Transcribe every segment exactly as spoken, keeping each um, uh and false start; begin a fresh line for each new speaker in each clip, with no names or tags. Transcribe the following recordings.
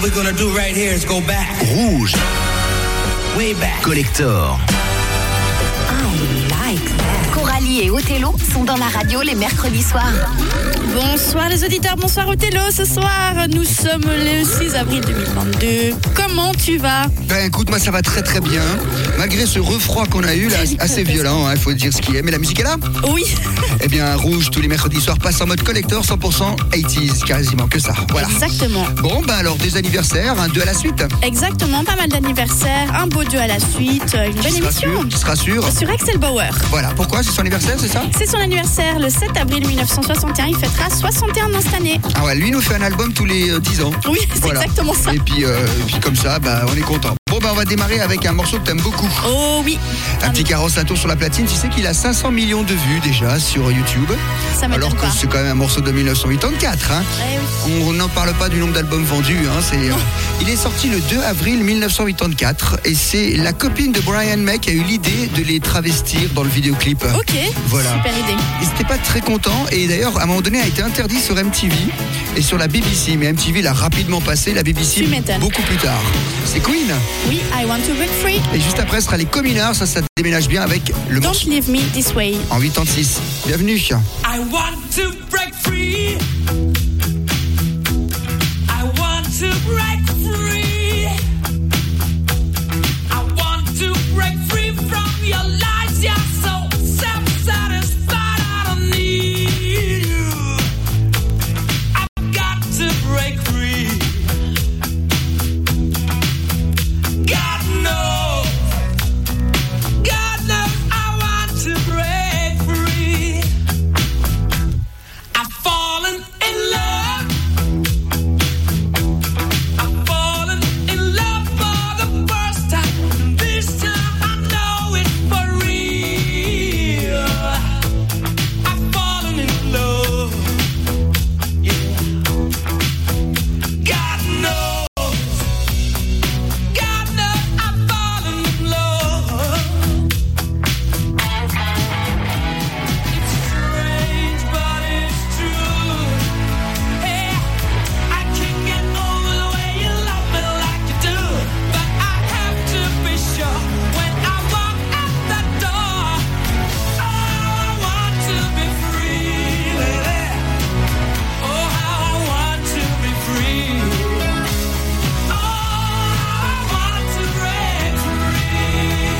we're gonna do right here is go back.
Rouge.
Way back.
Collector.
I like that. Coralie et Othello sont dans la radio les mercredis soirs.
Bonsoir les auditeurs, bonsoir Othello. Ce soir, nous sommes le six avril deux mille vingt-deux. Comment tu vas?
Ben écoute, moi ça va très très bien. Malgré ce refroid qu'on a eu, là, assez violent, il hein, faut dire ce qu'il est. Mais la musique est là?
Oui.
Eh bien, Rouge, tous les mercredis soirs, passe en mode collector, cent pour cent quatre-vingt-dix, quasiment que ça. Voilà.
Exactement.
Bon, ben alors, des anniversaires, un deux à la suite.
Exactement, pas mal d'anniversaires, un beau deux à la suite, une bonne
Qui
émission.
Sûr, qui sera sûr.
Sur Axel Bauer.
Voilà, pourquoi? C'est son anniversaire, c'est ça?
C'est son anniversaire, le sept avril mille neuf cent soixante et un, il fêtera soixante et un ans cette année.
Ah ouais, lui nous fait un album tous les euh, dix ans.
Oui, c'est
voilà.
exactement ça.
Et puis, euh, et puis comme ça, bah, on est content. Bon, bah, on va démarrer avec un morceau que t'aimes beaucoup.
Oh oui.
Un petit Carrosse à tour sur la platine. Tu sais qu'il a cinq cents millions de vues déjà sur YouTube.
Ça m'étonne
Alors que
pas.
c'est quand même un morceau de mille neuf cent quatre-vingt-quatre. Hein.
Eh oui.
On n'en parle pas du nombre d'albums vendus. Hein. C'est, euh, il est sorti le deux avril mille neuf cent quatre-vingt-quatre et c'est la copine de Brian May qui a eu l'idée de les travestir dans le vidéoclip.
Ok,
voilà.
Super idée.
Ils n'étaient pas très contents et d'ailleurs à un moment donné a été interdit sur M T V et sur la B B C. Mais M T V l'a rapidement passé, la B B C beaucoup plus tard. C'est Queen.
Oui, I want to break free.
Et juste après, ce sera les Communards, ça, ça déménage bien avec le
Don't
morceau.
leave me this way.
En quatre-vingt-six. Bienvenue.
I want to break free. I want to break free. I want to break free from your lies. You're so self-satisfied. I don't need you. I've got to break free. God knows. God knows I want to break free. I've fallen in love. I've fallen in love for the first time. This time I know it's for real. I've fallen in love. Yeah. God knows. God knows I've fallen in love. It's strange, but it's true. Hey, I can't get over the way you love me like you do. But I have to be sure when I walk out that door. Oh, I want to be free, baby. Oh, how I want to be free. Oh, I want to break free.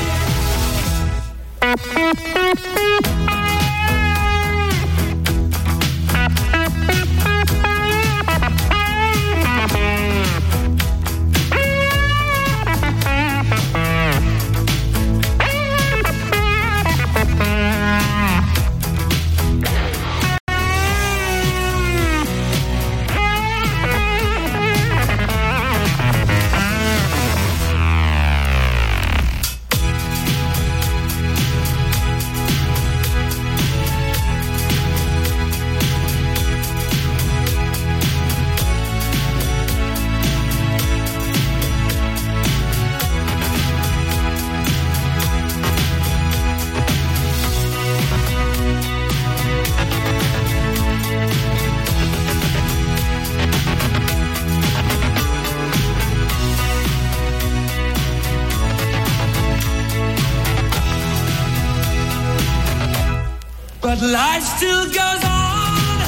But life still goes on.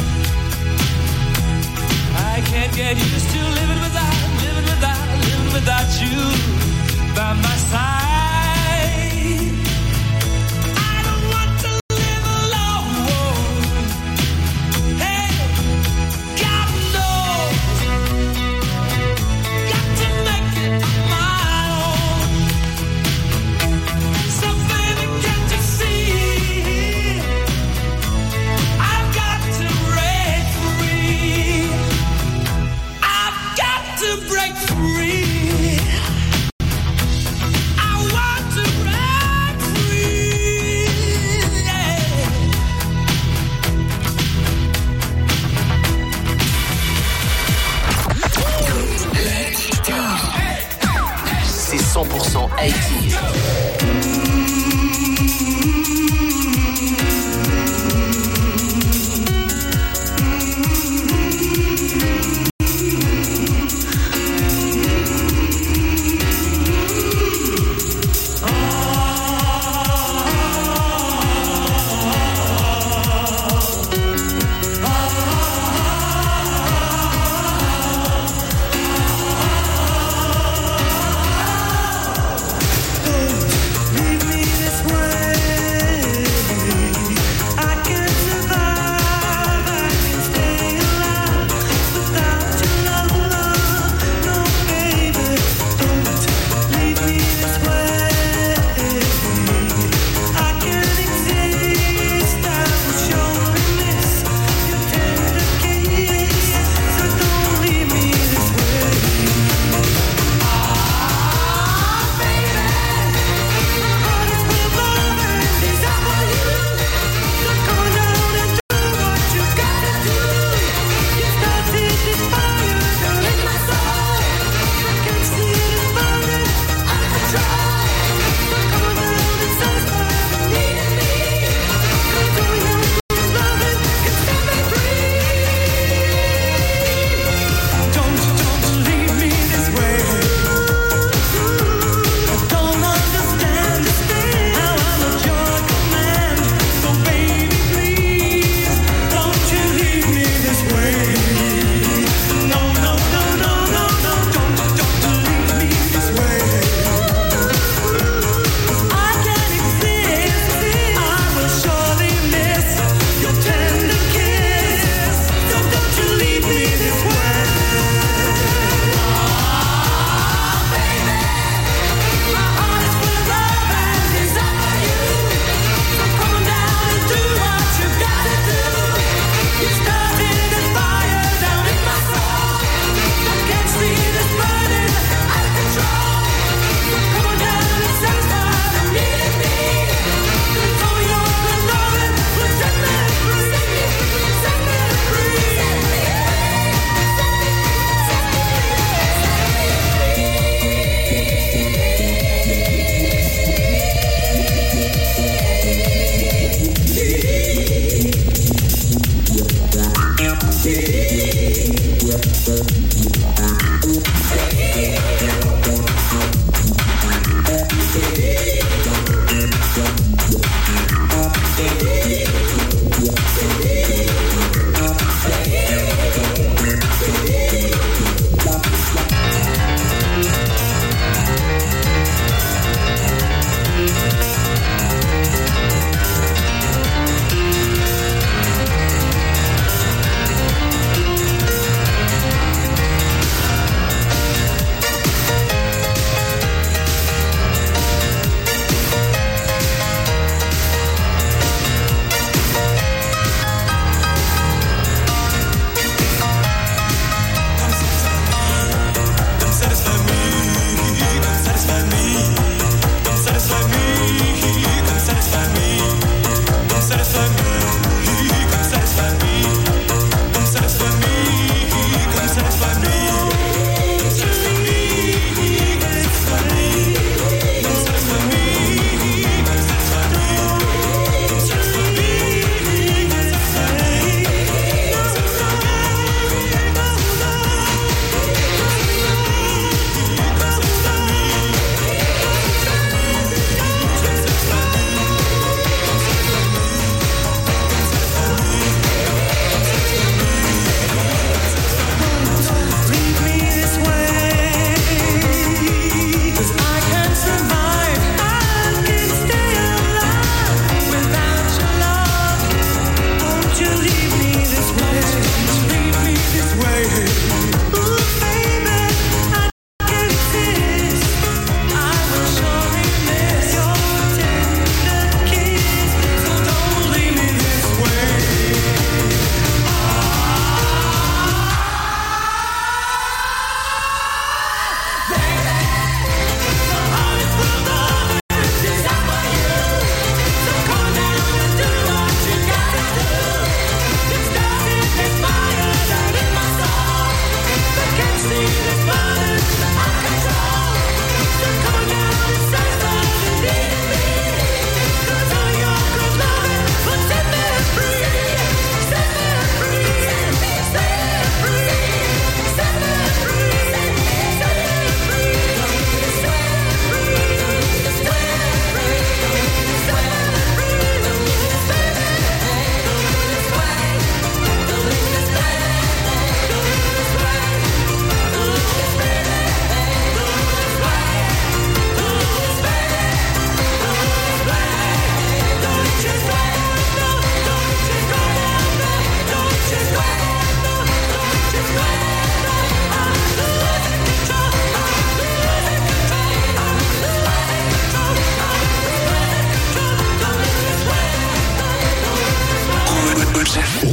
I can't get used to living without, living without, living without you by my side. I don't want to live alone. Hey, God knows. Got to make it on my own. So baby, can't you see? I've got to break free. I've got to break free. I want to break free. Yeah.
C'est cent pour cent quatre-vingt-dix.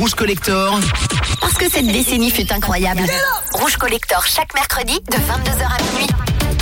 Rouge Collector.
Parce que cette décennie fut incroyable. Rouge Collector chaque mercredi de vingt-deux heures à minuit.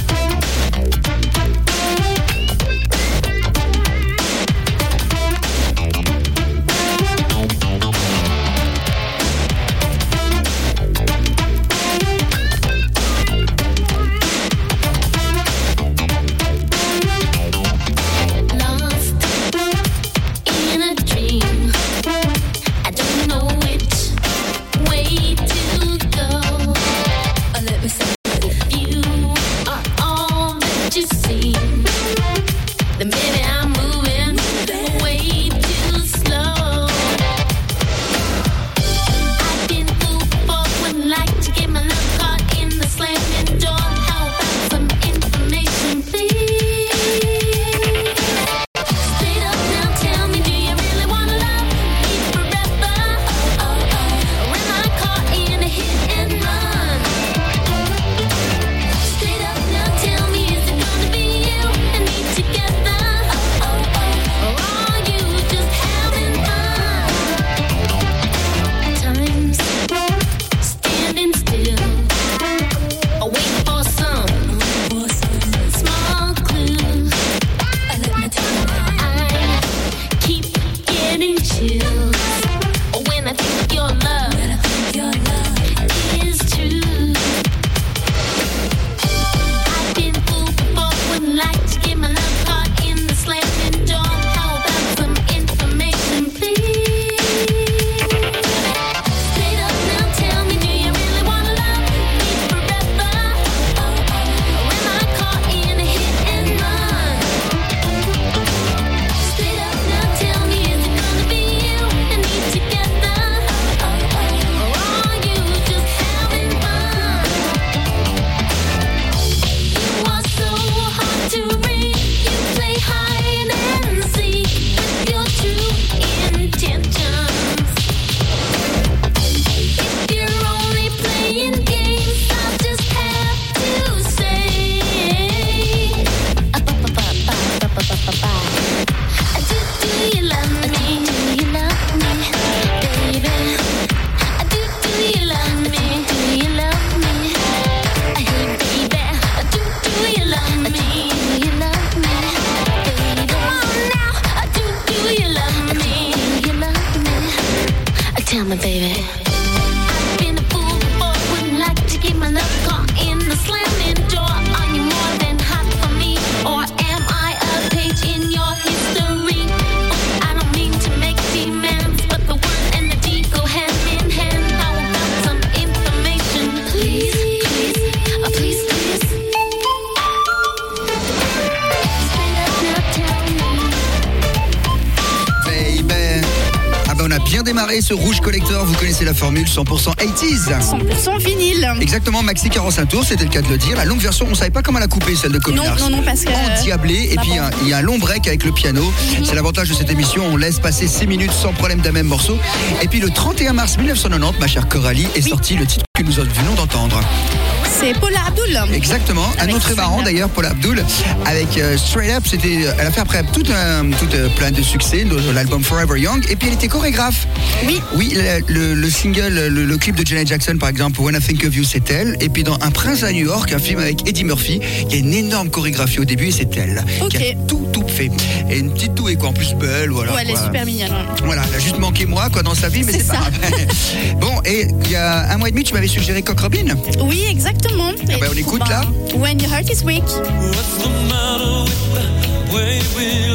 Démarrer ce Rouge Collector, vous connaissez la formule cent pour cent quatre-vingt-dix.
cent pour cent vinyle.
Exactement, maxi quarante-cinq tours, c'était le cas de le dire. La longue version, on savait pas comment la couper, celle de Cominars.
Non, non, non, parce que...
Endiablé, et puis il y, y a un long break avec le piano. Mm-hmm. C'est l'avantage de cette émission, on laisse passer six minutes sans problème d'un même morceau. Et puis le trente et un mars mille neuf cent quatre-vingt-dix, ma chère Coralie, est oui. sorti le titre que nous venons d'entendre.
C'est Paula Abdul.
Exactement, un autre très marrant d'ailleurs, Paula Abdul, avec euh, Straight Up. C'était, elle a fait après tout, un, tout euh, plein de succès, de, de l'album Forever Young, et puis elle était chorégraphe.
Oui.
Oui, le, le, le single, le, le clip de Janet Jackson par exemple, When I Think of You, c'est elle. Et puis dans Un Prince à New York, un film avec Eddie Murphy, il y a une énorme chorégraphie au début et c'est elle
okay.
qui a tout, tout fait. Et une petite touée quoi, en plus belle, voilà.
Ouais, elle
quoi.
est super mignonne.
Voilà, elle a juste manqué moi quoi dans sa vie, mais c'est, c'est pas grave. Bon, et il y a un mois et demi, tu m'avais suggéré Cock Robin.
Oui, exactement.
Ah bah, on écoute
bah,
là.
When Your Heart Is Weak.
What's the matter with the way we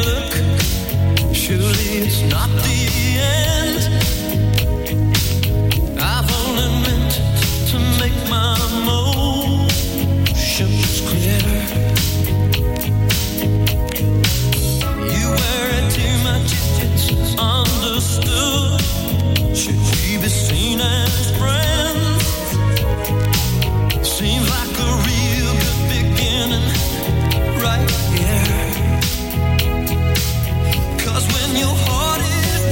look? Surely it's not the end. I've only meant to make my emotions clear. You wear it too much, it's understood. Should we be seen as friends? Seems like a real good beginning right here. 'Cause when your heart is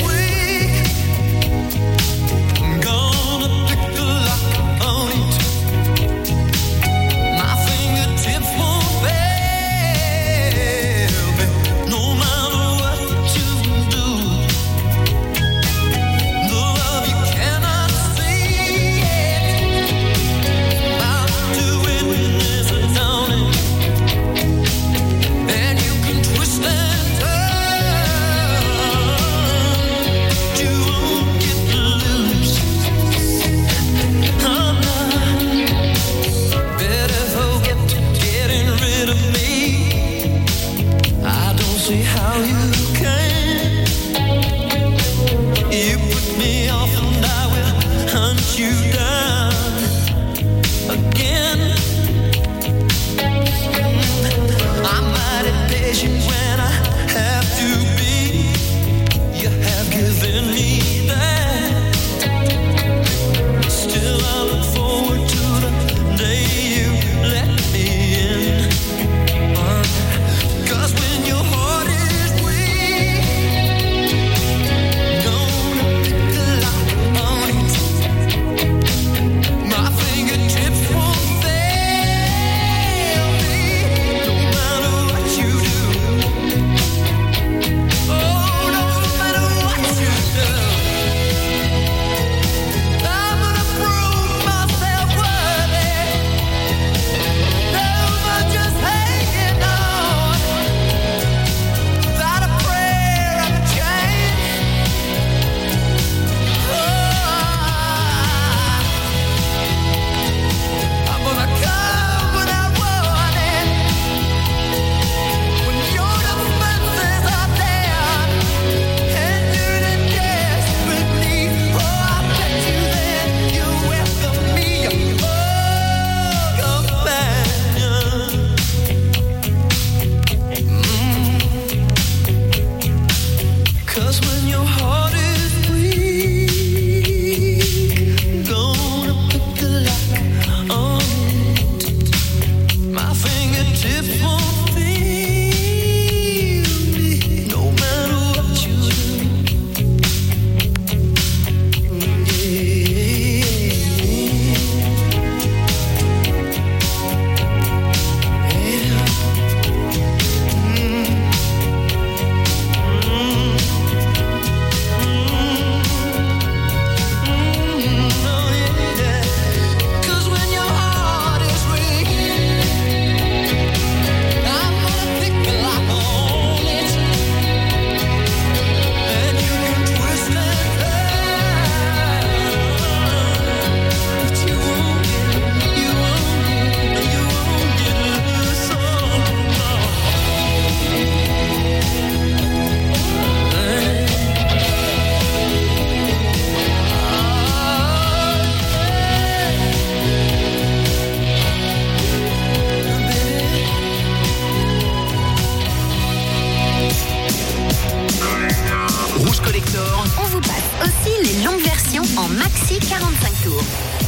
en maxi quarante-cinq tours.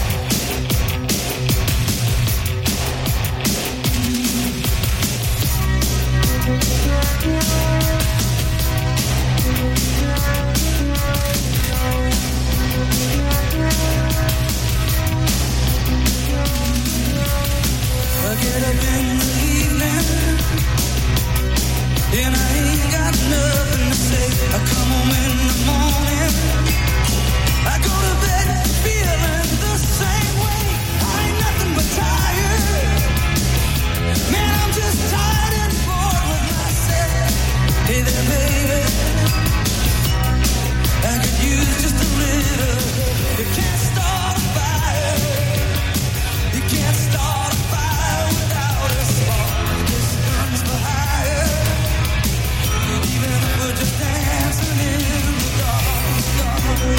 I get up in the evening and I ain't got nothing to say. I come home in the morning, I go to bed feeling the same way. I ain't nothing but tired. Man, I'm just tired and bored with myself. Hey there, baby, I could use just a little. You can't start a fire. You can't start a fire without a spark. This burns for higher. Even if we're just dancing in the dark.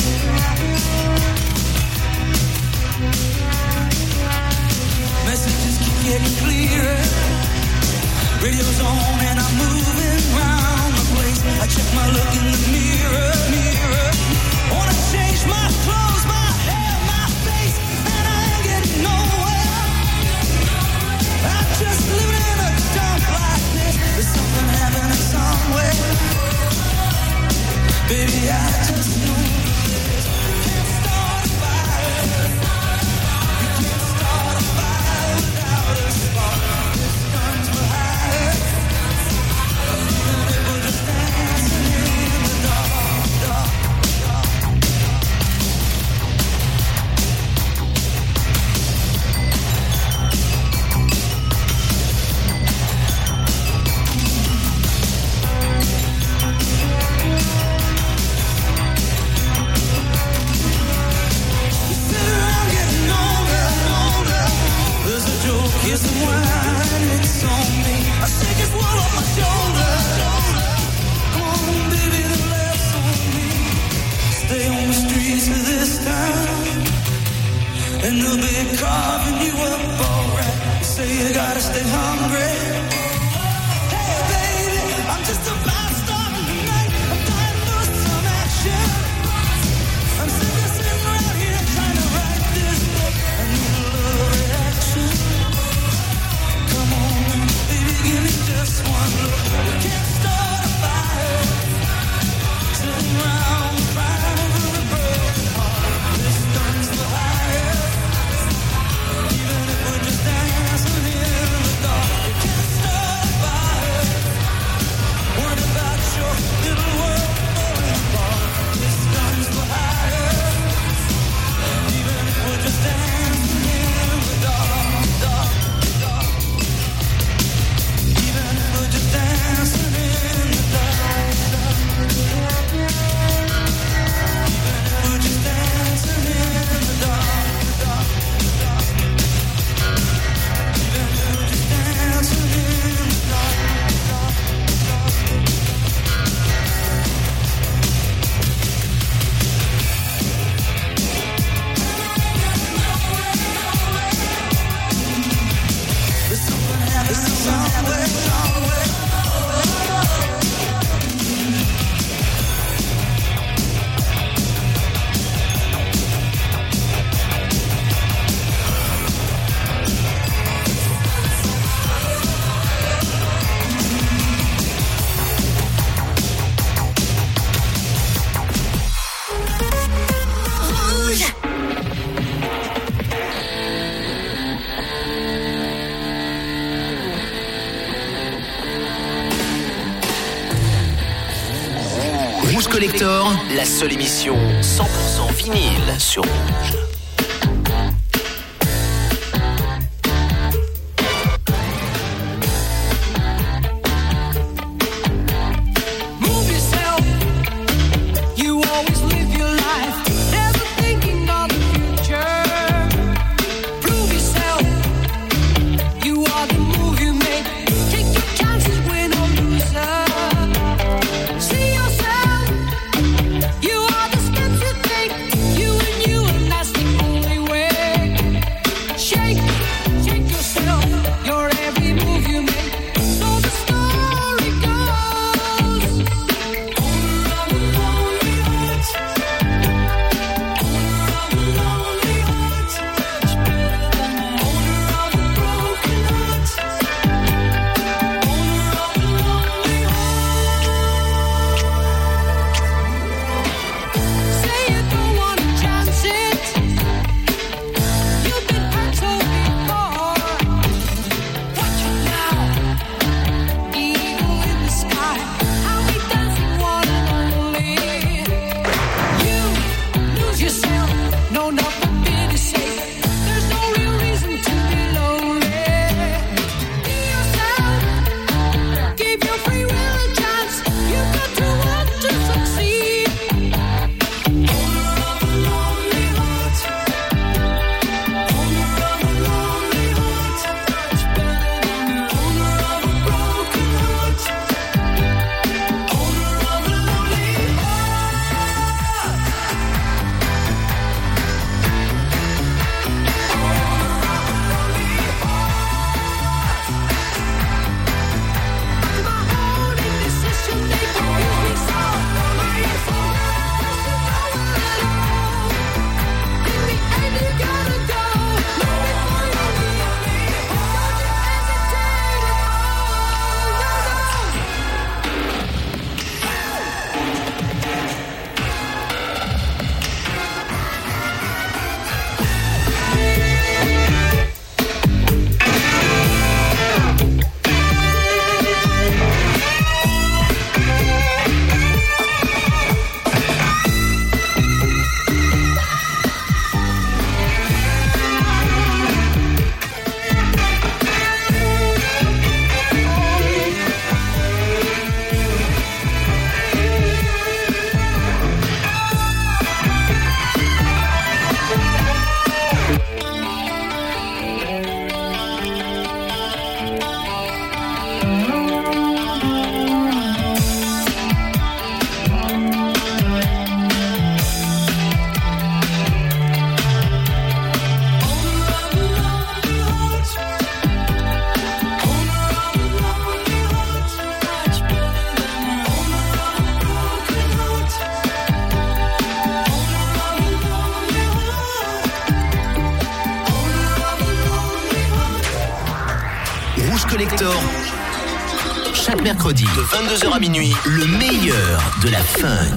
Messages keep getting clearer. Radio's on and I'm moving round the place. I check my look in the mirror, mirror. Wanna change my clothes, my hair, my face, and I ain't getting nowhere. I'm just living in a dump like this. There's something happening somewhere. Baby, I just know this. You can't start a fire. You can't start a fire without a spark. This burns for higher. Even if we're just dancing in the dark, dark, dark. You sit around getting older, older. There's a joke, here's some wine, it's on me. I shake his wall off my shoulder. Come on, baby, the laughs on me. Stay on the streets of this town, and they'll be carving you up alright. You say you gotta stay hungry. Hey, baby, I'm just about starting tonight. I'm dying for some action. I'm sick of sitting around here trying to write this book. I need a little reaction. Come on, baby, give me just one look. You can't start a fire. Sitting around crying over a broken heart. This burns for higher. Even if we're just dancing in the dark. You can't start a fire. Worried about your little world falling apart. This burns for higher. Even if we're just dancing in the dark, dark, dark. Even if we're just dancing in the dark, dark. Even if we're just dancing in the dark, dark, dark. Even if we're just dancing in the dark, dark, dark. There's something happening somewhere, somewhere.
Rouge Collector, la seule émission cent pour cent vinyle sur Rouge.
Move yourself. You always live your life, never thinking of the future. Prove yourself. You are the move you make. Take your chances, win or loser. See yourself. You are the steps you take. You and you, and that's the
Collector. Chaque mercredi de vingt-deux heures à minuit, le meilleur de la funk.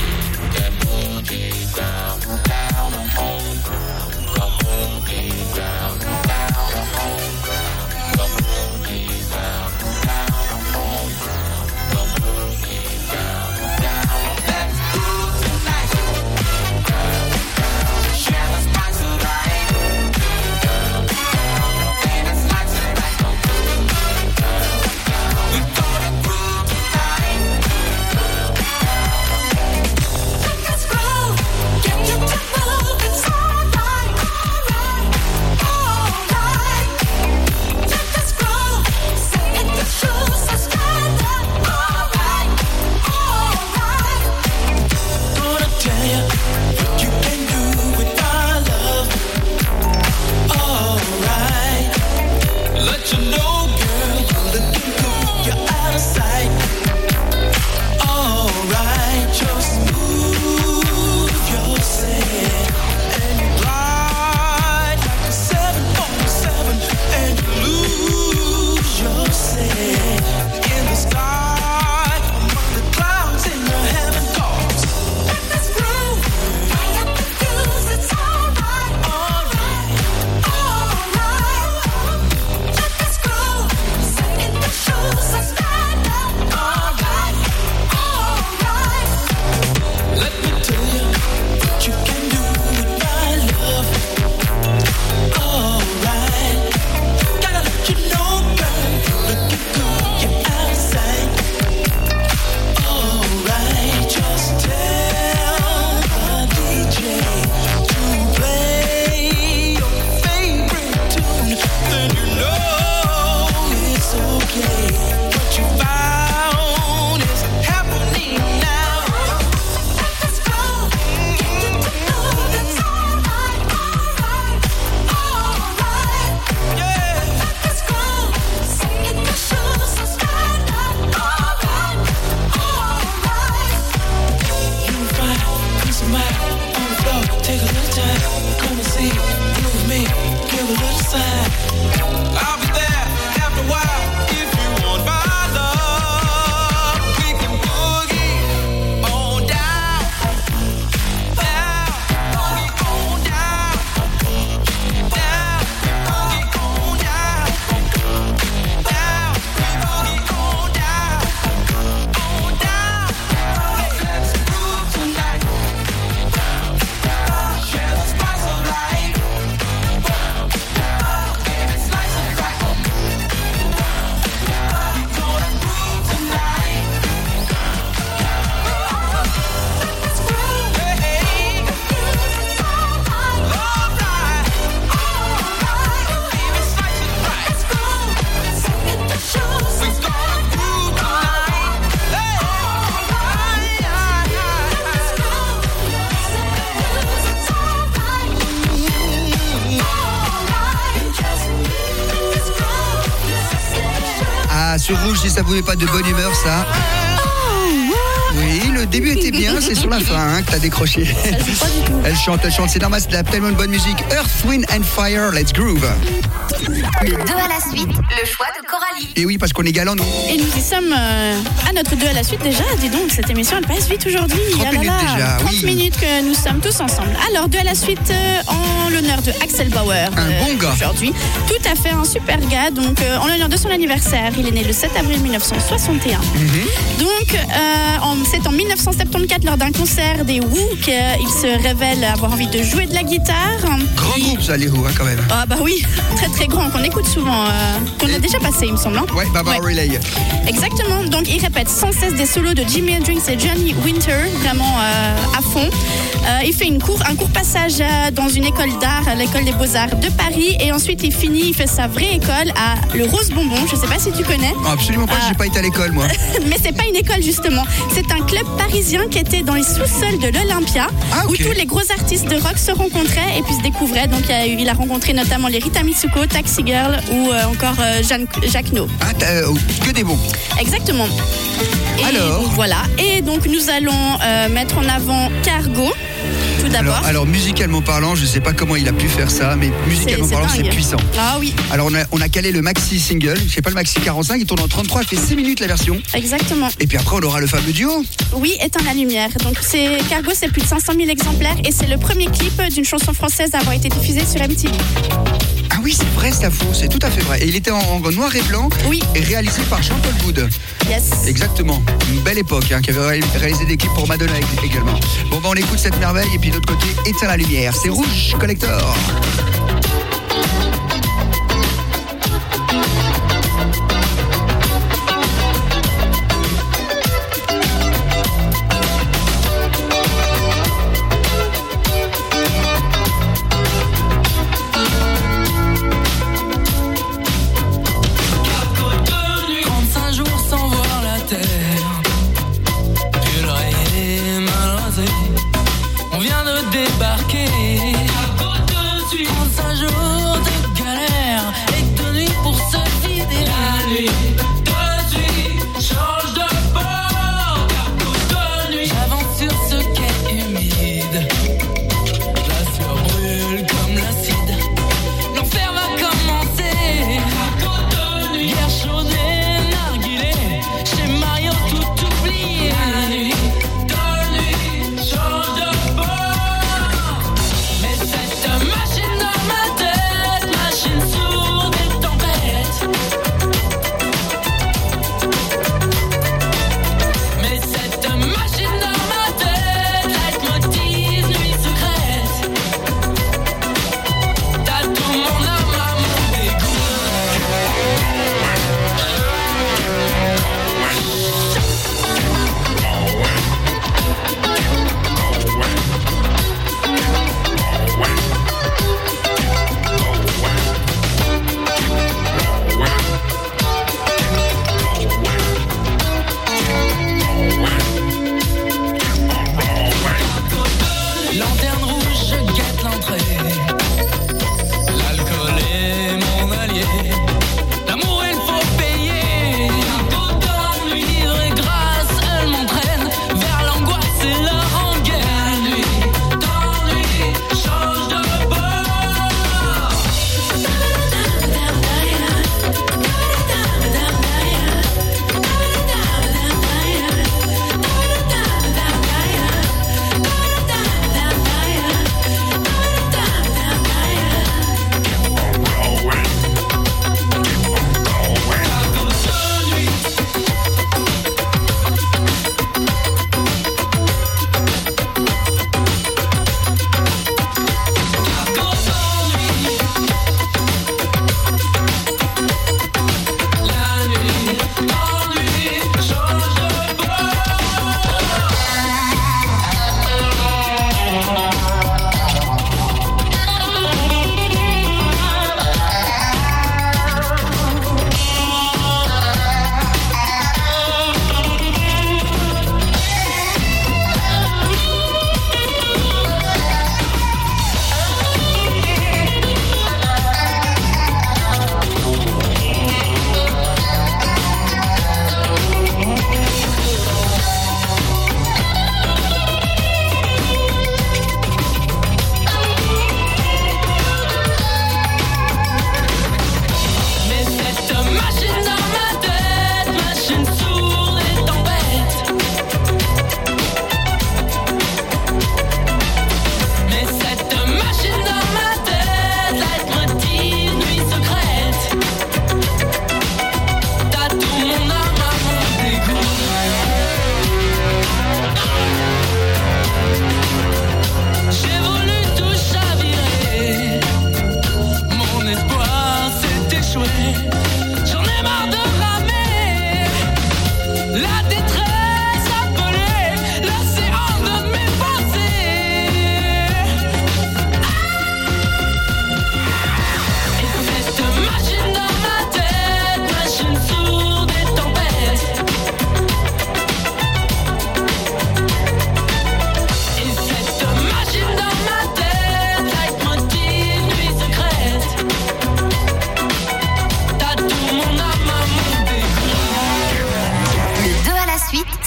Sur Rouge, si ça vous met pas de bonne humeur, ça. Oui, le début était bien, c'est sur la fin hein, que t'as décroché. Elle chante, elle chante, c'est normal, c'est de la tellement de bonne musique. Earth, Wind and Fire, let's groove.
Le deux à la suite, le choix de Coralie.
Et oui, parce qu'on est galant, nous.
Et nous y sommes euh, à notre deux à la suite déjà. Dis donc, cette émission elle passe vite aujourd'hui.
trente
Ah là
minutes
là,
déjà,
trente
oui.
minutes que nous sommes tous ensemble. Alors, deux à la suite euh, en l'honneur de Axel Bauer.
Un bon gars.
Aujourd'hui. Tout à fait, un super gars. Donc, euh, en l'honneur de son anniversaire, il est né le sept avril mille neuf cent soixante et un.
Mm-hmm.
Donc, euh, en, c'est en mille neuf cent soixante-quatorze, lors d'un concert des Who, qu'il se révèle avoir envie de jouer de la guitare.
Grand
Il-
groupe, ça, les Who, hein, quand même.
Ah bah oui, très très grand, qu'on écoute souvent, euh, qu'on a déjà passé, il me semble. hein.
Ouais, Barbara
Ouais.
Relay.
Exactement, donc il répète sans cesse des solos de Jimi Hendrix et Johnny Winter, vraiment euh, à fond. Euh, il fait une cour, un court passage euh, dans une école d'art, à l'école des Beaux-Arts de Paris, et ensuite il finit, il fait sa vraie école à le Rose Bonbon, je sais pas si tu connais.
Oh, absolument pas,
Ah.
j'ai pas été à l'école, moi.
Mais c'est pas une école justement, c'est un club parisien qui était dans les sous-sols de l'Olympia,
Ah, ok.
où tous les gros artistes de rock se rencontraient et puis se découvraient. Donc il a, eu- il a rencontré notamment les Rita Mitsuko, Taxi Girl ou euh, encore euh, Jeanne- Jacques techno.
Ah, t'as, euh, que des bons.
Exactement. Et
Alors
donc, voilà. Et donc nous allons euh, mettre en avant Cargo. Tout d'abord.
Alors, alors, musicalement parlant, je sais pas comment il a pu faire ça, mais musicalement
C'est- c'est
parlant, c'est
dingue.
puissant.
Ah oui,
Alors on a, on a calé le maxi single, je sais pas le maxi quarante-cinq, il tourne en trente-trois, il fait six minutes la version.
exactement.
Et puis après on aura le fameux duo.
Oui, éteins la lumière. Donc c'est Cargo, c'est plus de cinq cent mille exemplaires et c'est le premier clip d'une chanson française à avoir été diffusée sur M T V.
Ah oui, c'est vrai, c'est faux, c'est tout à fait vrai. Et il était en, en noir et blanc
Oui,
et réalisé par Jean-Paul Goud.
yes.
Exactement, une belle époque, hein, qui avait ré- réalisé des clips pour Madonna ég- également. Bon bah on écoute cette merveille et puis de l'autre côté, éteins la lumière. C'est Rouge Collector.
trente-cinq jours sans voir la terre. Puis l'oreiller mal rasé. On vient de débarquer. trente-cinq jours de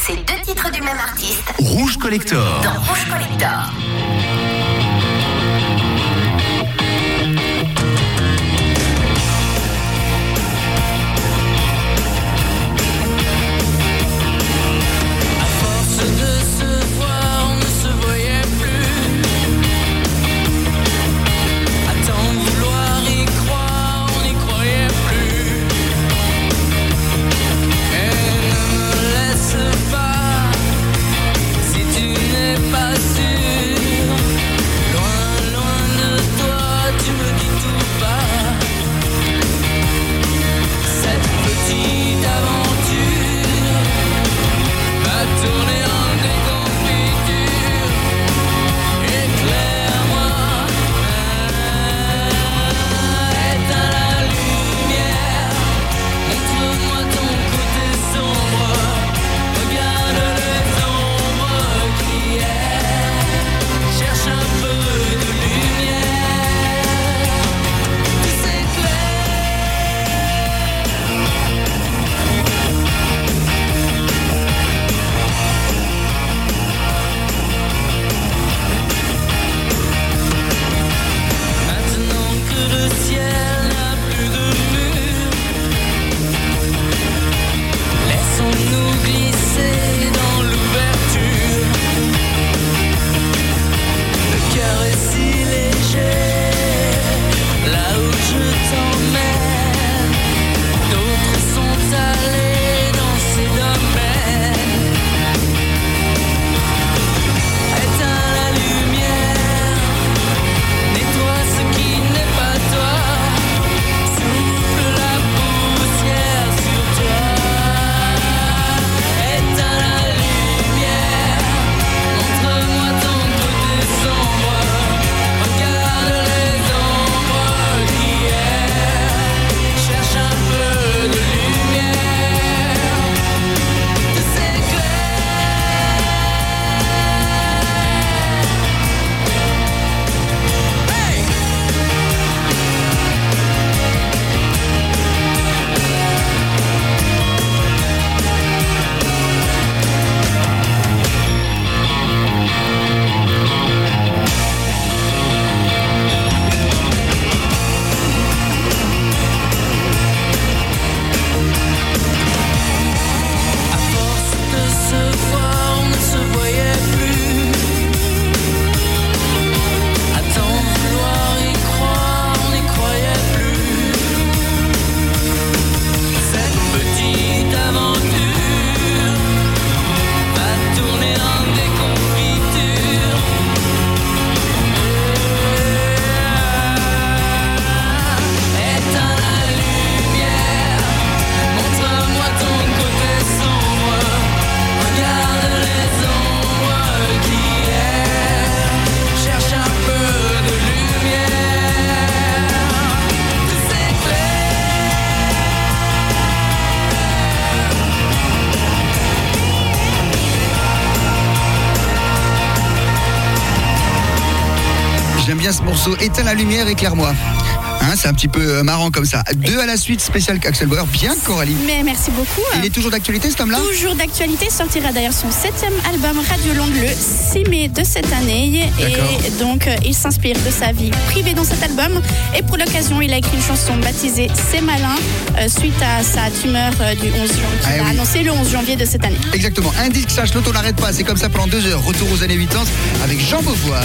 C'est deux titres du même artiste
Rouge Collector.
dans Rouge Collector.
Pas sûr, loin, loin de toi, tu me dis tout bas. Cette petite aventure va tourner en déconfiture. Éclaire-moi, éteins la lumière, montre-moi ton côté sombre, regarde les ombres qui errent, cherche un peu de lumière, tout s'éclaire. Maintenant que le ciel n'a plus de mur, laissons-nous glisser dans l'ouverture. Le cœur est si léger, là où je t'emmène, d'autres sont allés dans ces domaines. Éteins la lumière, nettoie ce qui n'est pas toi, souffle la poussière sur toi. Éteins la lumière, montre-moi ton côté sombre, regarde les ombres qui errent, cherche un peu de lumière, tout s'éclaire. Hey! À force de se voir, on ne se voyait plus. À tant vouloir y croire, on n'y croyait plus. Cette petite aventure va tourner en déconfiture. Éteins la lumière, montre-moi ton côté sombre, regarde les ombres qui errent, cherche un peu de lumière, tout s'éclaire.
J'aime bien ce morceau. Éteins la lumière, éclaire-moi. Hein, c'est un petit peu euh, marrant comme ça. Deux à la suite, spécial Axel Bauer. Bien, Coralie.
Mais merci beaucoup.
Il est toujours d'actualité, cet homme-là?
Toujours d'actualité, sortira d'ailleurs son septième album Radio Longue le six mai de cette année.
D'accord.
Et donc, euh, il s'inspire de sa vie privée dans cet album. Et pour l'occasion, il a écrit une chanson baptisée C'est malin, euh, suite à sa tumeur euh, du onze janvier, qu'il
Ah
a
oui.
annoncé le onze janvier de cette année.
Exactement. Un disque, ça, l'auto n'arrête pas. C'est comme ça pendant deux heures. Retour aux années quatre-vingt avec Jean Beauvoir.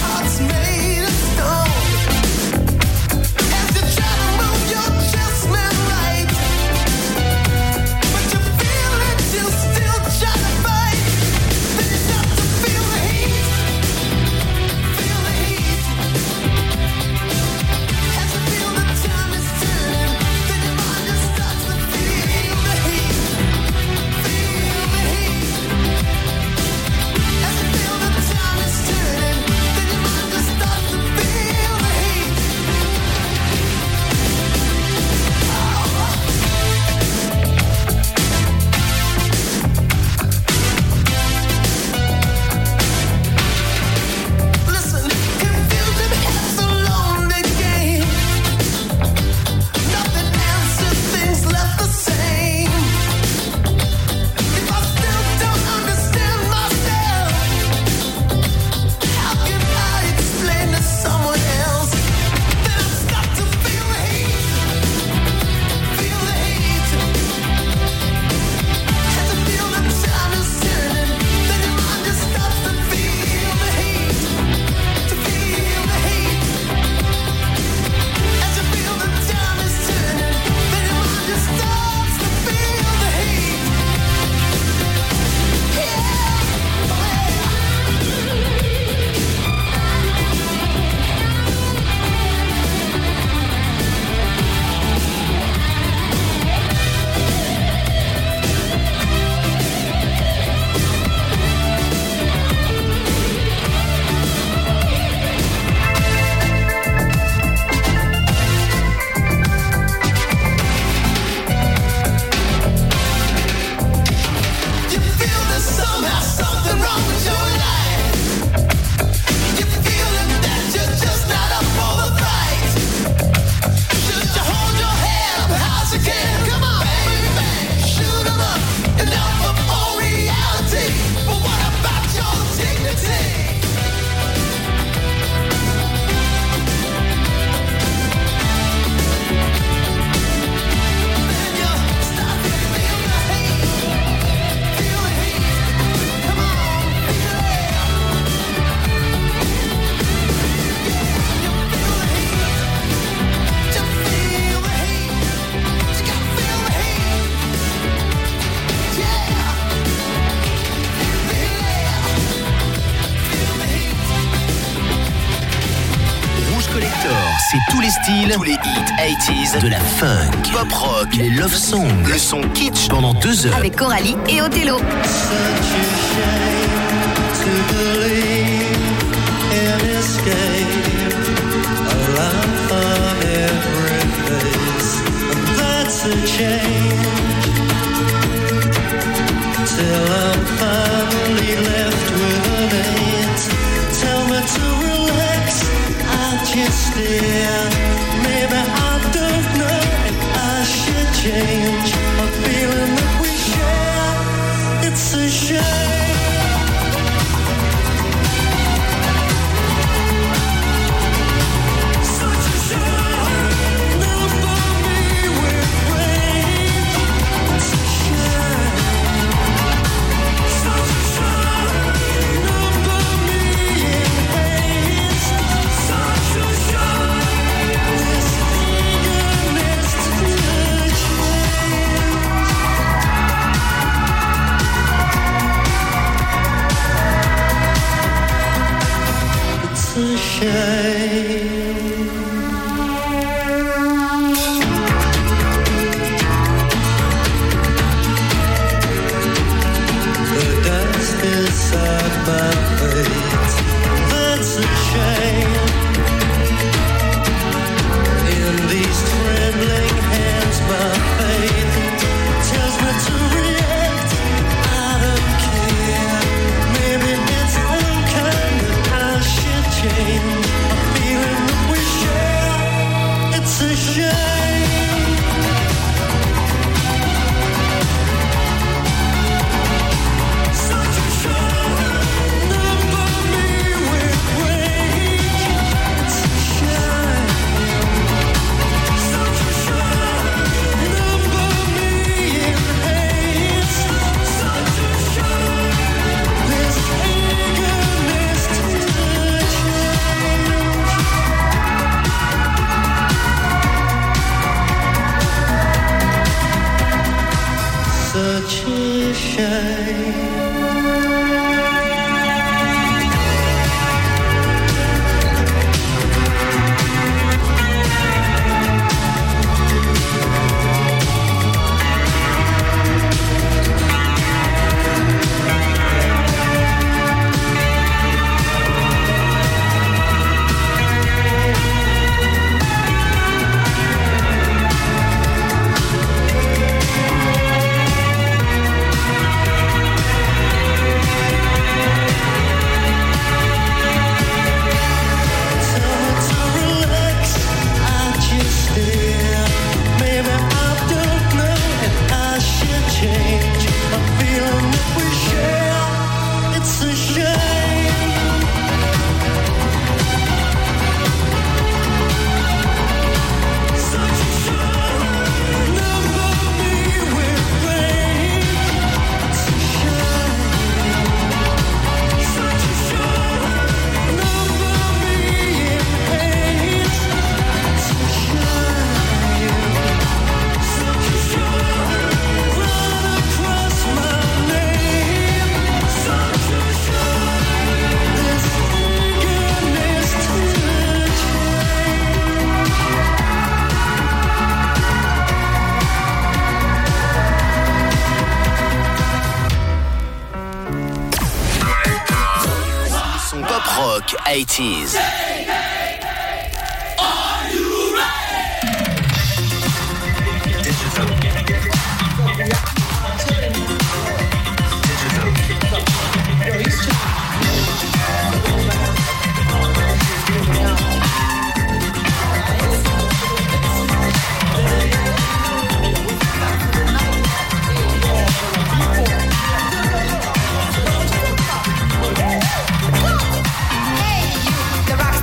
As you try to move your chest, man.
Collector, c'est tous les styles, tous les hits eighties, de la funk, pop rock, les love songs, le son kitsch pendant deux heures.
Avec Coralie et Othello.
Till I'm finally left with an eight. Tell me to relax, I just stare. Maybe I don't know if I should change a feeling that we share. It's a shame. Such a shame. Never for me with rain. It's a shame. Such a shame. Never me in haste. Such a shame. This eagerness to change. It's a shame. The dust inside my face. That's a shame. In these trembling hands, my faith tells me to react. I don't care. Maybe it's unkind that I should change a feeling that we share. It's a shame. Such a shame. Never me with rage. It's a shame. Such a shame. Never me in haste. Such a shame. This eagerness to change. Such a shame. Tell me to relax, I just stare. Maybe I don't know if I should change a feeling that we share. It's a shame. Such a shame. Never me with rage. It's a shame. Such a shame. Never me in haste. It's a shame. Such a shame. Run across my name. Such a shame. This eagerness to change.
Son pop rock eighties.
The rock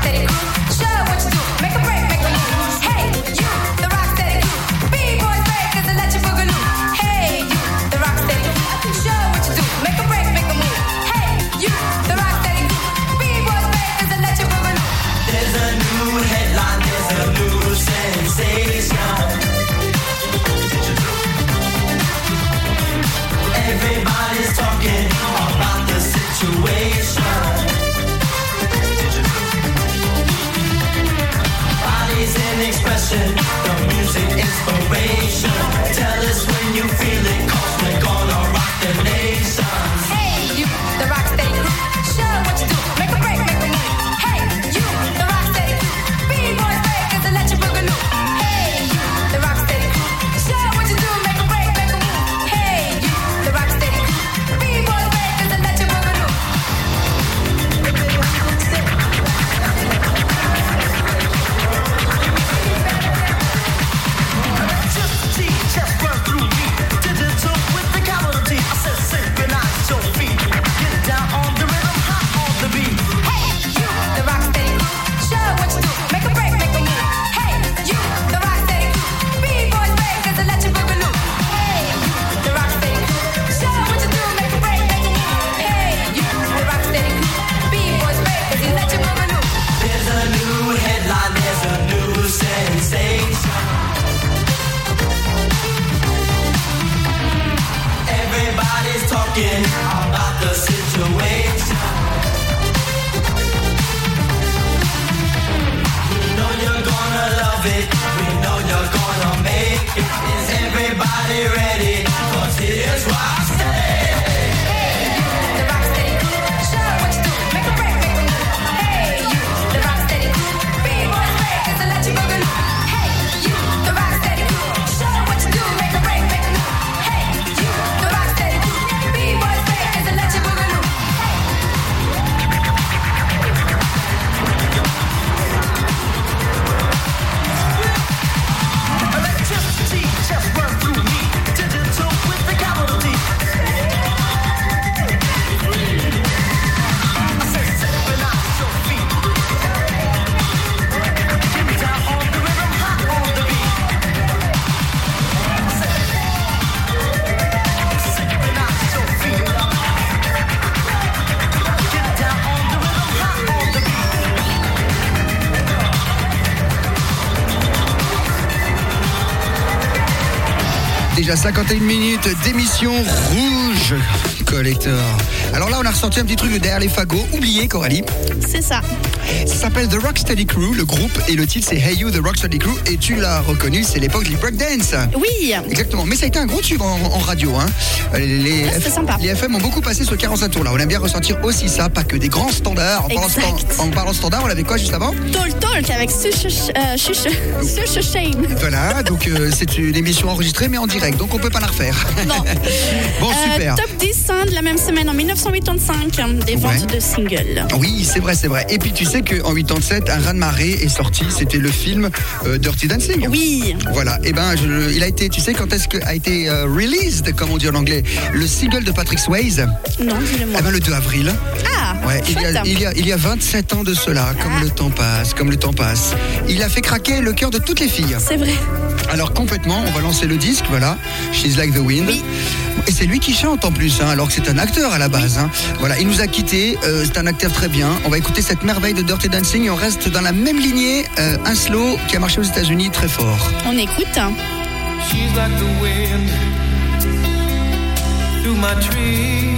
déjà cinquante et une minutes d'émission Rouge Collector. Alors là, on a ressorti un petit truc de derrière les fagots. Oublié, Coralie.
C'est ça.
Ça s'appelle The Rocksteady Crew, le groupe, et le titre c'est Hey You, The Rocksteady Crew. Et tu l'as reconnu, c'est l'époque du breakdance.
Oui.
Exactement. Mais ça a été un gros tube en, en radio. Hein. Les,
Ah, c'était
F-
sympa.
les F M ont beaucoup passé ce quarante-cinq tours là. On aime bien ressortir aussi ça, pas que des grands standards. En parlant,
Exact.
stand- en parlant standard, on avait quoi juste avant?
Talk Talk avec Sush euh, Shush Shush Shame.
Voilà, donc euh, c'est une émission enregistrée mais en direct, donc on peut pas la refaire.
Bon.
Bon,
Euh,
super.
top dix hein, de la même semaine en dix-neuf cent quatre-vingt-cinq hein, des ventes
Ouais.
de singles.
Oui, c'est vrai, c'est vrai. Et puis tu sais qu'en quatre-vingt-sept, un raz-de-marée est sorti. C'était le film euh, Dirty Dancing.
Oui.
Voilà. Et ben, je- il a été. Tu sais quand est-ce que a été euh, released, comme on dit en anglais, le single de Patrick Swayze.
Non, dis-le-moi.
Eh ben, le deux avril.
Ah,
Ouais, il y, a,
chouette.
il, y a, il y a vingt-sept ans de cela, comme
Ah.
le temps passe, comme le temps passe. Il a fait craquer le cœur de toutes les filles.
C'est vrai.
Alors complètement, on va lancer le disque, voilà, She's Like the Wind.
Oui.
Et c'est lui qui chante en plus, hein, alors que c'est un acteur à la base. Hein. Voilà, il nous a quittés, euh, c'est un acteur très bien. On va écouter cette merveille de Dirty Dancing et on reste dans la même lignée, euh, un slow qui a marché aux États-Unis très fort.
On écoute.
She's like the wind through my tree.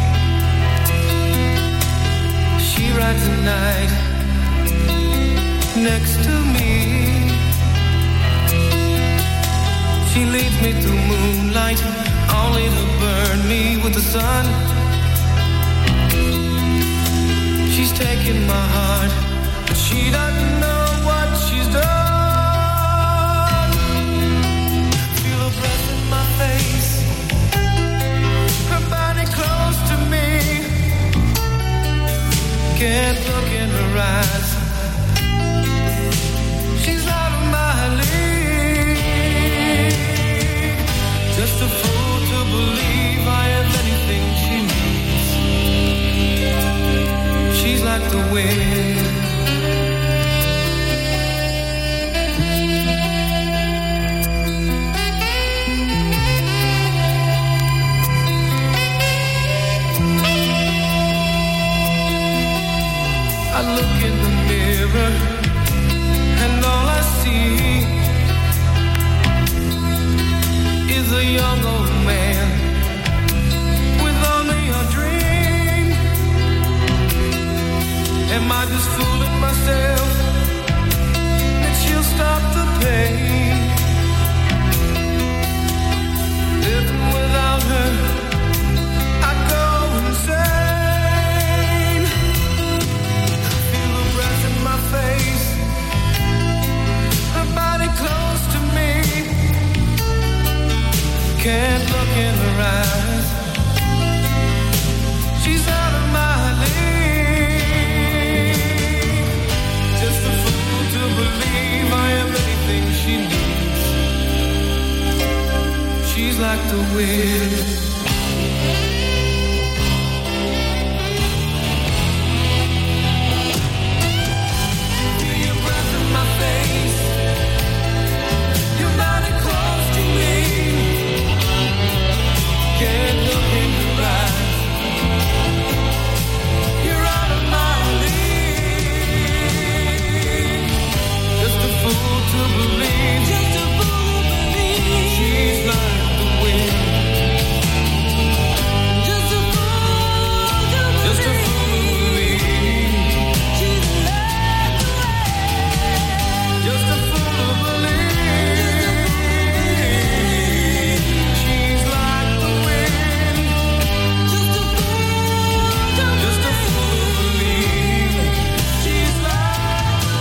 She rides the night next to me. She leads me through moonlight, only to burn me with the sun. She's taking my heart, but she doesn't know what she's done. Feel her breath in my face, her body close to me. Can't look in her eyes, she's out of my league. Just a fool to believe I have anything she needs. She's like the wind. I look in the mirror and all I see is a young old man with only a dream. Am I just fooling myself that she'll stop the pain? Living without her, I go insane. Feel the breath in my face, her body close to me. Can't look in her eyes, she's out of my league. Just a fool to believe I am anything she needs. She's like the wind. Feel your breath in my face, your body close to me. Can't look in your eyes, you're out of my league. Just a fool to believe, just a fool to believe. She's like the wind. Just a fool to believe, just a fool to believe. She's like the wind. Just a fool to believe. She's like the wind. Just a fool to just a fool to believe. She's like the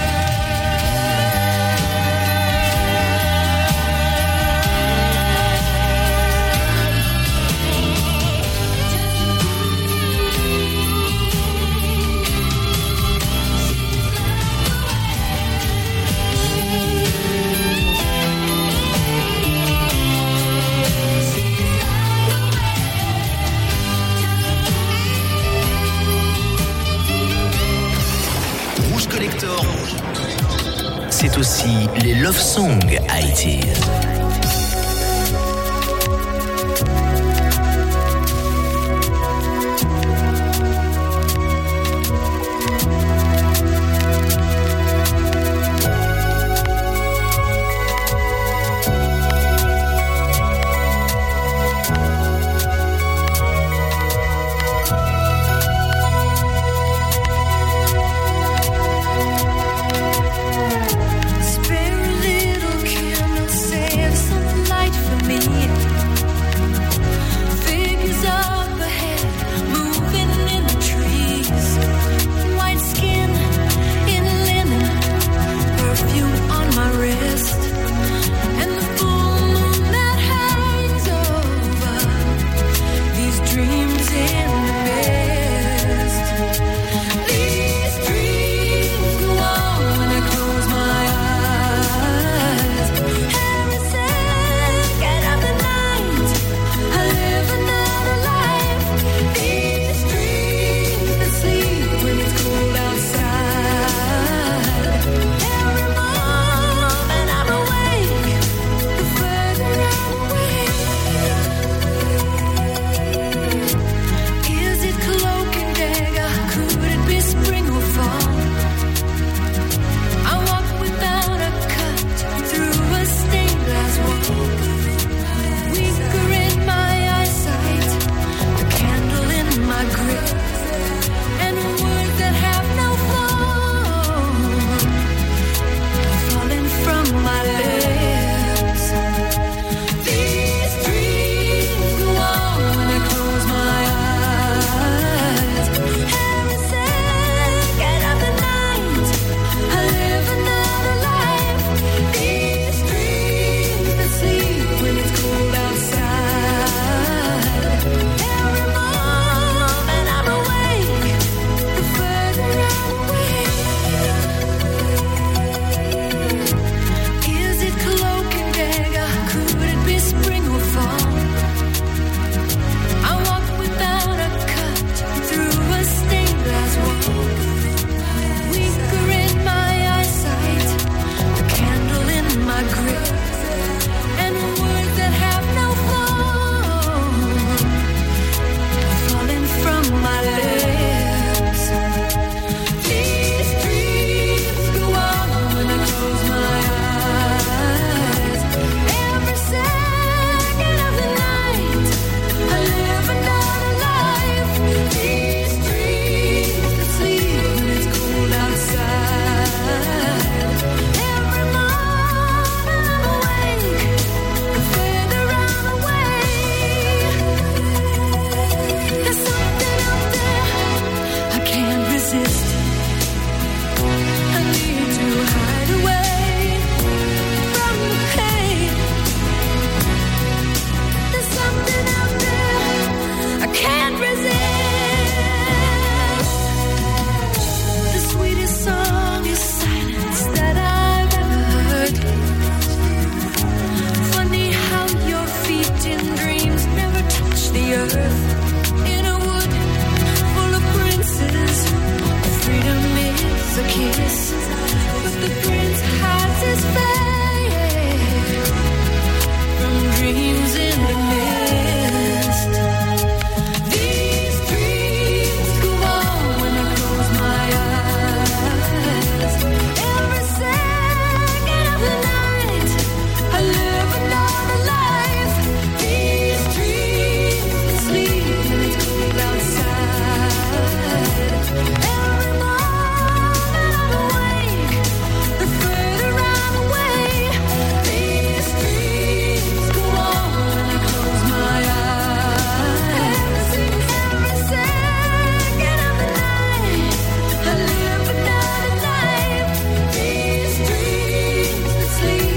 Rouge Collector, c'est aussi les Love Songs eighties.
face, but the prince hides his face.